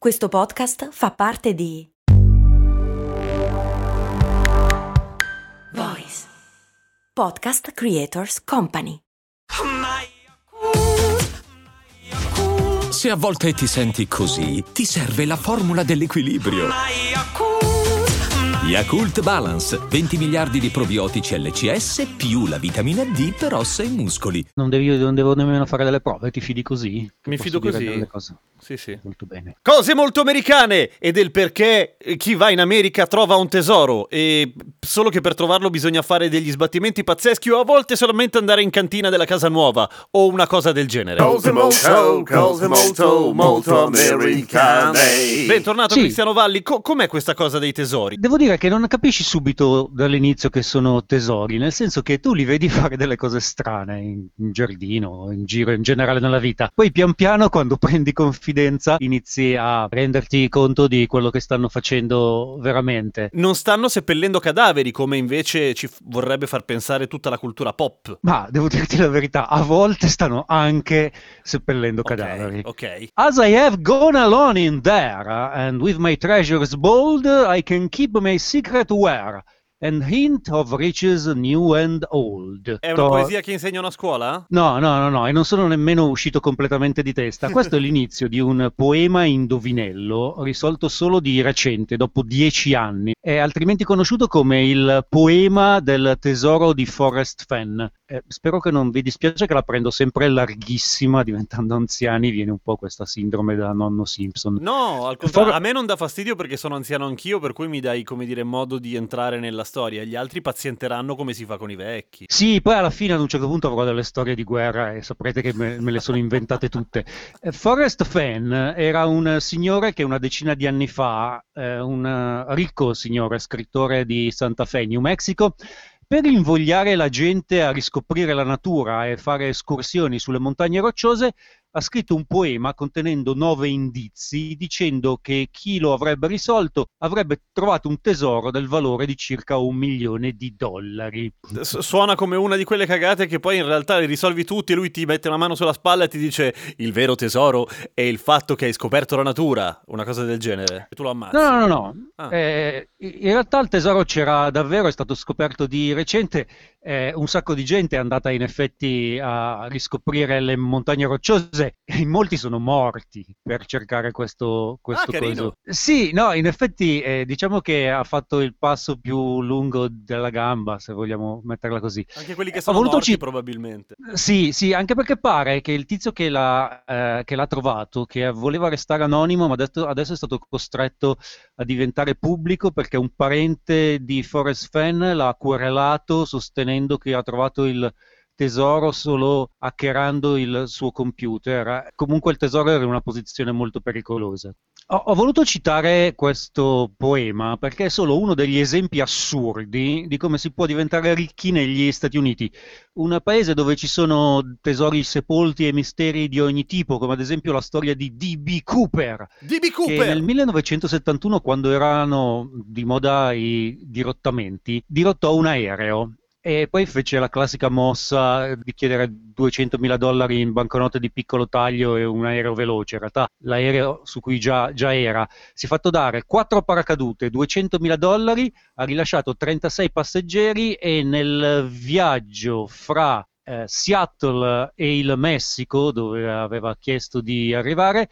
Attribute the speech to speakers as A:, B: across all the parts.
A: Questo podcast fa parte di Voice Podcast Creators Company.
B: Se a volte ti senti così, ti serve la formula dell'equilibrio. Yakult Balance, 20 miliardi di probiotici LCS più la vitamina D per ossa e muscoli.
C: Non devo nemmeno fare delle prove, ti fidi così?
D: Mi fido così.
C: Delle cose.
D: Sì.
C: Molto bene.
D: Cose molto americane e del perché chi va in America trova un tesoro e solo che per trovarlo bisogna fare degli sbattimenti pazzeschi o a volte solamente andare in cantina della casa nuova o una cosa del genere.
E: Cose molto americane.
D: Bentornato
C: Sì.
D: Cristiano Valli, com'è questa cosa dei tesori?
C: Devo dire che non capisci subito dall'inizio che sono tesori, nel senso che tu li vedi fare delle cose strane in giardino, in giro, in generale nella vita. Poi pian piano, quando prendi confidenza, inizi a renderti conto di quello che stanno facendo veramente.
D: Non stanno seppellendo cadaveri come invece ci vorrebbe far pensare tutta la cultura pop.
C: Ma devo dirti la verità, a volte stanno anche seppellendo cadaveri.
D: Ok.
C: As I have gone alone in there, and with my treasures bold, I can keep my secret where, and hint of riches new and old.
D: È una poesia che insegnano a scuola?
C: No, e non sono nemmeno uscito completamente di testa. Questo è l'inizio di un poema indovinello risolto solo di recente, dopo 10 anni. È altrimenti conosciuto come il poema del tesoro di Forrest Fenn. Spero che non vi dispiace che la prendo sempre larghissima, diventando anziani viene un po' questa sindrome da nonno Simpson.
D: No, al contrario, a me non dà fastidio perché sono anziano anch'io, per cui mi dai, come dire, modo di entrare nella storia. Gli altri pazienteranno come si fa con i vecchi.
C: Sì, poi alla fine ad un certo punto avrò delle storie di guerra e saprete che me le sono inventate tutte. Forrest Fenn era un signore che una decina di anni fa, un ricco signore, scrittore di Santa Fe, New Mexico, per invogliare la gente a riscoprire la natura e fare escursioni sulle montagne rocciose, ha scritto un poema contenendo 9 indizi dicendo che chi lo avrebbe risolto avrebbe trovato un tesoro del valore di circa $1 milione.
D: Suona come una di quelle cagate che poi in realtà le risolvi tutti e lui ti mette una mano sulla spalla e ti dice il vero tesoro è il fatto che hai scoperto la natura, una cosa del genere. E tu lo ammazzi.
C: No.
D: Ah.
C: In realtà il tesoro c'era davvero, è stato scoperto di recente. Un sacco di gente è andata in effetti a riscoprire le montagne rocciose e in molti sono morti per cercare questo
D: carino.
C: coso. Sì, no, in effetti diciamo che ha fatto il passo più lungo della gamba, se vogliamo metterla così.
D: Anche quelli che
C: Ha
D: sono
C: voluto
D: morti probabilmente.
C: Sì, anche perché pare che il tizio che l'ha trovato, che voleva restare anonimo, ma adesso è stato costretto a diventare pubblico perché un parente di Forrest Fenn l'ha querelato sostenendo che ha trovato il tesoro solo hackerando il suo computer. Comunque il tesoro era in una posizione molto pericolosa. Ho voluto citare questo poema perché è solo uno degli esempi assurdi di come si può diventare ricchi negli Stati Uniti, un paese dove ci sono tesori sepolti e misteri di ogni tipo, come ad esempio la storia di D.B. Cooper.
D: D.B. Cooper!
C: Che nel 1971, quando erano di moda i dirottamenti, dirottò un aereo. E poi fece la classica mossa di chiedere $200.000 in banconote di piccolo taglio e un aereo veloce. In realtà l'aereo su cui già era si è fatto dare 4 paracadute, $200.000, ha rilasciato 36 passeggeri e nel viaggio fra Seattle e il Messico, dove aveva chiesto di arrivare,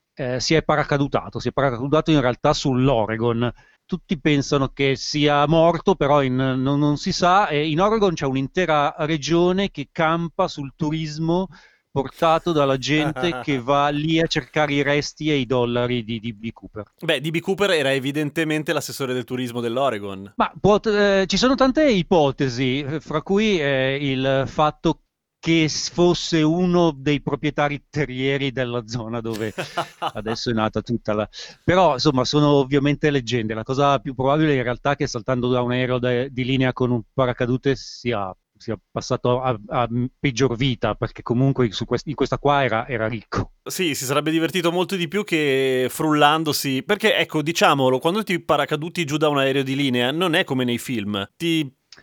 C: si è paracadutato in realtà sull'Oregon. Tutti pensano che sia morto, però non si sa, e in Oregon c'è un'intera regione che campa sul turismo portato dalla gente che va lì a cercare i resti e i dollari di D.B. Cooper.
D: Beh, D.B. Cooper era evidentemente l'assessore del turismo dell'Oregon.
C: Ma ci sono tante ipotesi, fra cui il fatto che fosse uno dei proprietari terrieri della zona dove adesso è nata tutta la... Però insomma sono ovviamente leggende. La cosa più probabile in realtà è che saltando da un aereo di linea con un paracadute sia passato a peggior vita, perché comunque in questa qua era ricco.
D: Sì, si sarebbe divertito molto di più che frullandosi, perché ecco, diciamolo, quando ti paracaduti giù da un aereo di linea non è come nei film, ti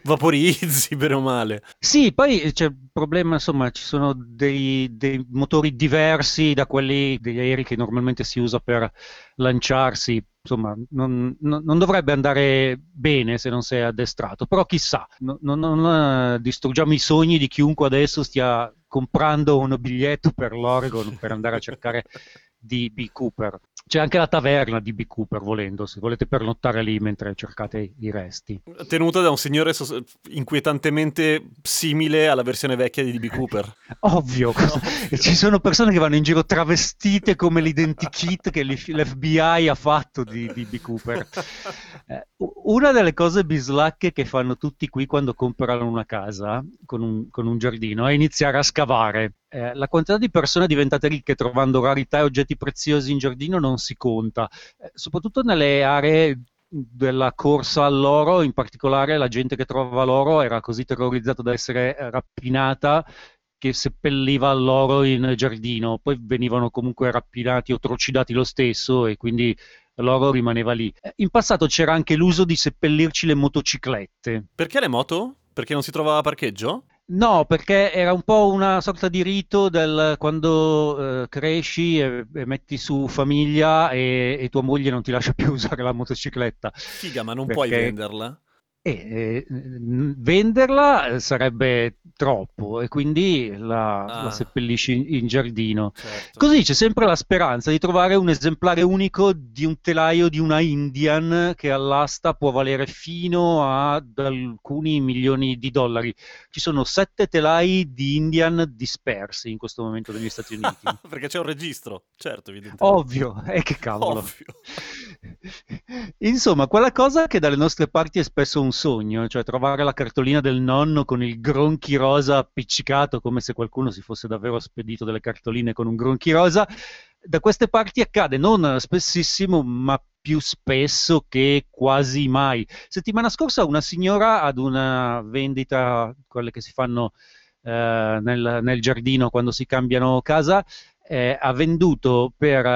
D: vaporizzi, bene o male.
C: Sì, poi c'è il problema, insomma, ci sono dei motori diversi da quelli degli aerei che normalmente si usa per lanciarsi. Insomma, non dovrebbe andare bene se non sei addestrato, però chissà, non distruggiamo i sogni di chiunque adesso stia comprando un biglietto per l'Oregon per andare a cercare D.B. Cooper. C'è anche la taverna di B. Cooper, volendo, se volete pernottare lì mentre cercate i resti.
D: Tenuta da un signore inquietantemente simile alla versione vecchia di D.B. Cooper.
C: Ovvio. Ci sono persone che vanno in giro travestite come l'identikit che l'FBI ha fatto di B. Cooper. Una delle cose bislacche che fanno tutti qui quando comprano una casa con un giardino è iniziare a scavare. La quantità di persone diventate ricche trovando rarità e oggetti preziosi in giardino non si conta, soprattutto nelle aree della corsa all'oro. In particolare la gente che trovava l'oro era così terrorizzata da essere rapinata che seppelliva l'oro in giardino, poi venivano comunque rapinati o trucidati lo stesso e quindi l'oro rimaneva lì. In passato c'era anche l'uso di seppellirci le motociclette.
D: Perché le moto? Perché non si trovava parcheggio?
C: No, perché era un po' una sorta di rito del quando cresci e metti su famiglia e tua moglie non ti lascia più usare la motocicletta.
D: Figa, ma non
C: Perché
D: puoi venderla?
C: Venderla sarebbe troppo e quindi la seppellisci in giardino.
D: Certo.
C: Così c'è sempre la speranza di trovare un esemplare unico di un telaio di una Indian che all'asta può valere fino ad alcuni milioni di dollari. Ci sono 7 telai di Indian dispersi in questo momento negli Stati Uniti.
D: Perché c'è un registro, certo, evidentemente.
C: Ovvio, che cavolo.
D: Ovvio.
C: Insomma, quella cosa che dalle nostre parti è spesso un sogno, cioè trovare la cartolina del nonno con il gronchi rosa appiccicato, come se qualcuno si fosse davvero spedito delle cartoline con un gronchi rosa, da queste parti accade non spessissimo, ma più spesso che quasi mai. Settimana scorsa una signora ad una vendita, quelle che si fanno nel giardino quando si cambiano casa, ha venduto per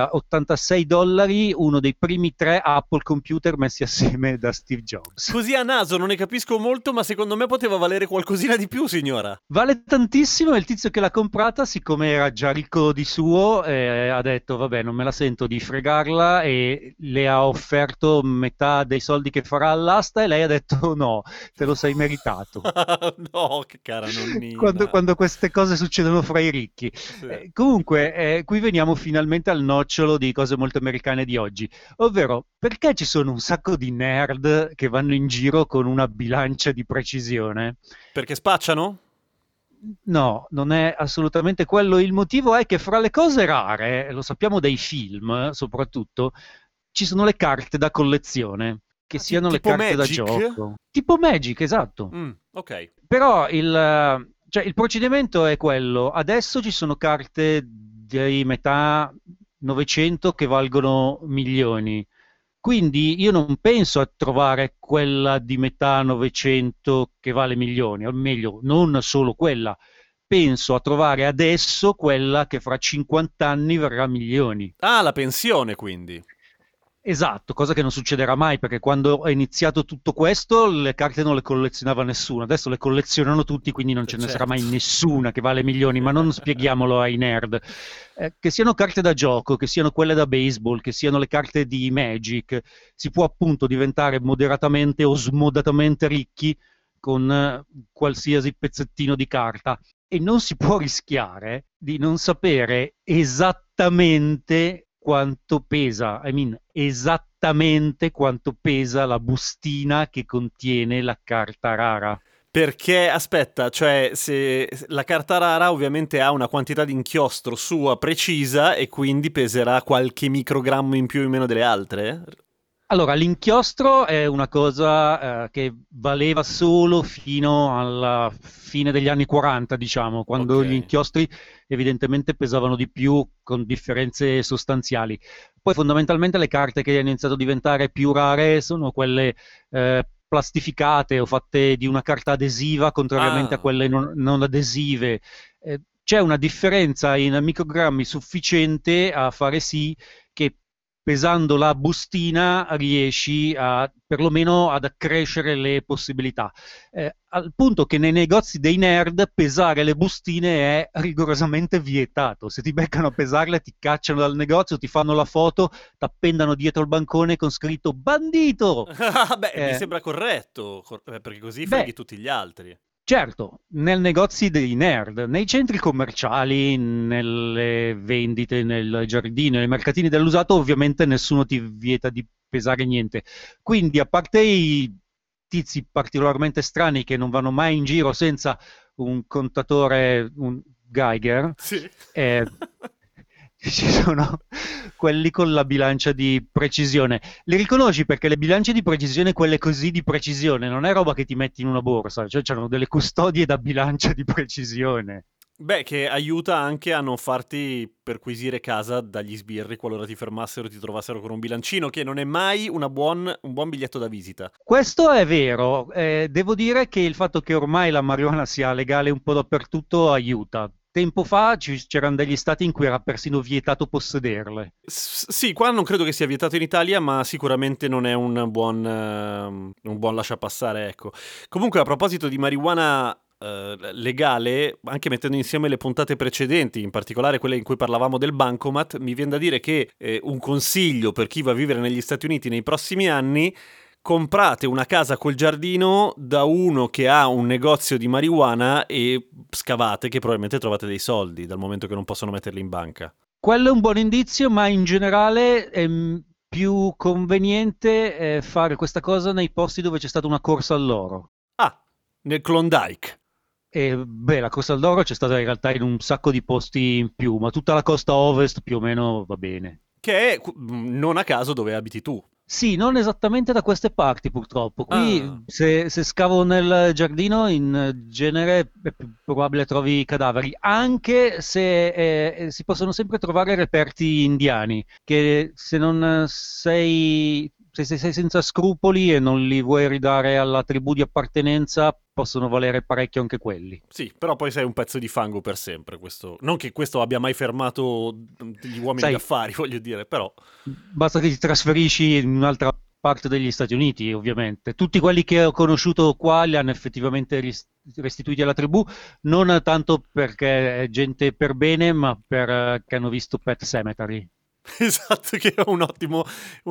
C: $86 uno dei primi 3 Apple computer messi assieme da Steve Jobs.
D: Così a naso non ne capisco molto, ma secondo me poteva valere qualcosina di più, signora.
C: Vale tantissimo e il tizio che l'ha comprata, siccome era già ricco di suo, ha detto vabbè, non me la sento di fregarla e le ha offerto metà dei soldi che farà all'asta e lei ha detto no, te lo sei meritato.
D: No, che cara nonnina.
C: Quando queste cose succedono fra i ricchi.
D: Sì.
C: Comunque, qui veniamo finalmente al nocciolo di cose molto americane di oggi, ovvero perché ci sono un sacco di nerd che vanno in giro con una bilancia di precisione?
D: Perché spacciano?
C: No, non è assolutamente quello. Il motivo è che fra le cose rare, lo sappiamo dai film soprattutto, ci sono le carte da collezione, che siano le
D: tipo
C: carte
D: Magic?
C: da gioco. Tipo Magic, esatto.
D: Ok.
C: Però il procedimento è quello. Adesso ci sono carte di metà Novecento che valgono milioni. Quindi io non penso a trovare quella di metà Novecento che vale milioni, o meglio, non solo quella. Penso a trovare adesso quella che fra 50 anni verrà milioni.
D: Ah, la pensione quindi.
C: Esatto, cosa che non succederà mai perché quando è iniziato tutto questo le carte non le collezionava nessuno, adesso le collezionano tutti, quindi non ce ne sarà mai nessuna che vale milioni, ma non spieghiamolo ai nerd. Che siano carte da gioco, che siano quelle da baseball, che siano le carte di Magic, si può appunto diventare moderatamente o smodatamente ricchi con qualsiasi pezzettino di carta e non si può rischiare di non sapere esattamente quanto pesa, esattamente quanto pesa la bustina che contiene la carta rara.
D: Perché, aspetta, cioè se la carta rara ovviamente ha una quantità di inchiostro sua precisa e quindi peserà qualche microgrammo in più o in meno delle altre?
C: Allora, l'inchiostro è una cosa che valeva solo fino alla fine degli anni 40, diciamo, quando gli inchiostri evidentemente pesavano di più con differenze sostanziali. Poi fondamentalmente le carte che hanno iniziato a diventare più rare sono quelle plastificate o fatte di una carta adesiva, contrariamente a quelle non adesive. C'è una differenza in microgrammi sufficiente a fare sì che pesando la bustina riesci perlomeno ad accrescere le possibilità. Al punto che nei negozi dei nerd pesare le bustine è rigorosamente vietato. Se ti beccano a pesarle, ti cacciano dal negozio, ti fanno la foto, ti appendano dietro il bancone con scritto bandito.
D: Mi sembra corretto, perché così freghi tutti gli altri.
C: Certo, nei negozi dei nerd, nei centri commerciali, nelle vendite, nel giardino, nei mercatini dell'usato, ovviamente nessuno ti vieta di pesare niente. Quindi, a parte i tizi particolarmente strani che non vanno mai in giro senza un contatore, un Geiger,
D: sì.
C: Ci sono quelli con la bilancia di precisione. Li riconosci perché le bilance di precisione, quelle così di precisione, non è roba che ti metti in una borsa, cioè c'hanno delle custodie da bilancia di precisione.
D: Beh, che aiuta anche a non farti perquisire casa dagli sbirri qualora ti fermassero e ti trovassero con un bilancino, che non è mai un buon biglietto da visita.
C: Questo è vero. Devo dire che il fatto che ormai la marijuana sia legale un po' dappertutto aiuta. Tempo fa c'erano degli stati in cui era persino vietato possederle.
D: Sì, qua non credo che sia vietato in Italia, ma sicuramente non è un buon lasciapassare, ecco. Comunque, a proposito di marijuana legale, anche mettendo insieme le puntate precedenti, in particolare quelle in cui parlavamo del bancomat, mi viene da dire che un consiglio per chi va a vivere negli Stati Uniti nei prossimi anni: comprate una casa col giardino da uno che ha un negozio di marijuana e scavate, che probabilmente trovate dei soldi, dal momento che non possono metterli in banca.
C: Quello è un buon indizio, ma in generale è più conveniente fare questa cosa nei posti dove c'è stata una corsa all'oro.
D: Ah, nel Klondike.
C: La corsa all'oro c'è stata in realtà in un sacco di posti in più, ma tutta la costa ovest più o meno va bene.
D: Che è non a caso dove abiti tu.
C: Sì, non esattamente da queste parti purtroppo. Qui se scavo nel giardino in genere è più probabile trovi cadaveri, anche se si possono sempre trovare reperti indiani, che se sei senza scrupoli e non li vuoi ridare alla tribù di appartenenza, possono valere parecchio anche quelli.
D: Sì, però poi sei un pezzo di fango per sempre. Non che questo abbia mai fermato gli uomini d'affari, voglio dire, però...
C: Basta che ti trasferisci in un'altra parte degli Stati Uniti, ovviamente. Tutti quelli che ho conosciuto qua li hanno effettivamente restituiti alla tribù, non tanto perché è gente per bene, ma perché hanno visto Pet Sematary.
D: Esatto, che è un ottimo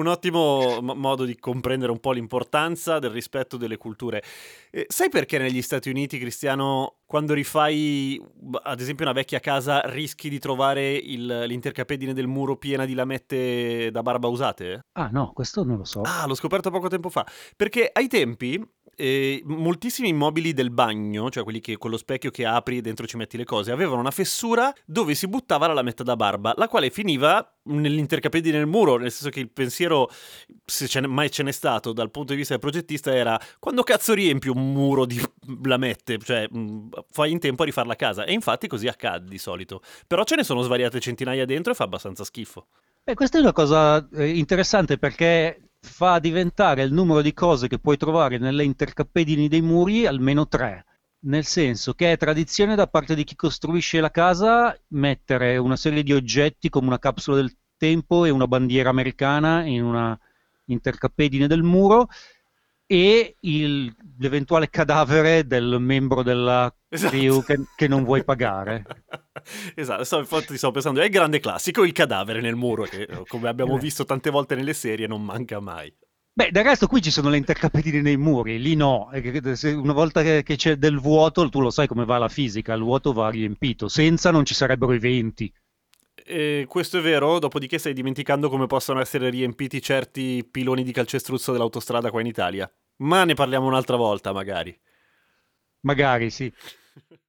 D: modo di comprendere un po' l'importanza del rispetto delle culture. Sai perché negli Stati Uniti, Cristiano, quando rifai ad esempio una vecchia casa, rischi di trovare l'intercapedine del muro piena di lamette da barba usate?
C: Ah no, questo non lo so.
D: Ah, l'ho scoperto poco tempo fa. Perché ai tempi moltissimi immobili del bagno, cioè quelli che con lo specchio che apri e dentro ci metti le cose, avevano una fessura dove si buttava la lametta da barba, la quale finiva nell'intercapedine del muro, nel senso che il pensiero, se mai ce n'è stato dal punto di vista del progettista, era: quando cazzo riempi un muro di lamette? Cioè fai in tempo a rifare la casa. E infatti così accade di solito, però ce ne sono svariate centinaia dentro e fa abbastanza schifo.
C: Questa è una cosa interessante, perché fa diventare il numero di cose che puoi trovare nelle intercappedini dei muri almeno 3, nel senso che è tradizione da parte di chi costruisce la casa mettere una serie di oggetti come una capsula del tempo e una bandiera americana in una intercappedine del muro, e l'eventuale cadavere del membro della crew che non vuoi pagare.
D: Esatto, infatti stavo pensando, è il grande classico, il cadavere nel muro, che come abbiamo visto tante volte nelle serie non manca mai.
C: Beh, del resto qui ci sono le intercappedine nei muri, lì no. Una volta che c'è del vuoto, tu lo sai come va la fisica, il vuoto va riempito, senza non ci sarebbero i venti.
D: Questo è vero, dopodiché stai dimenticando come possono essere riempiti certi piloni di calcestruzzo dell'autostrada qua in Italia. Ma ne parliamo un'altra volta, magari.
C: Magari, sì.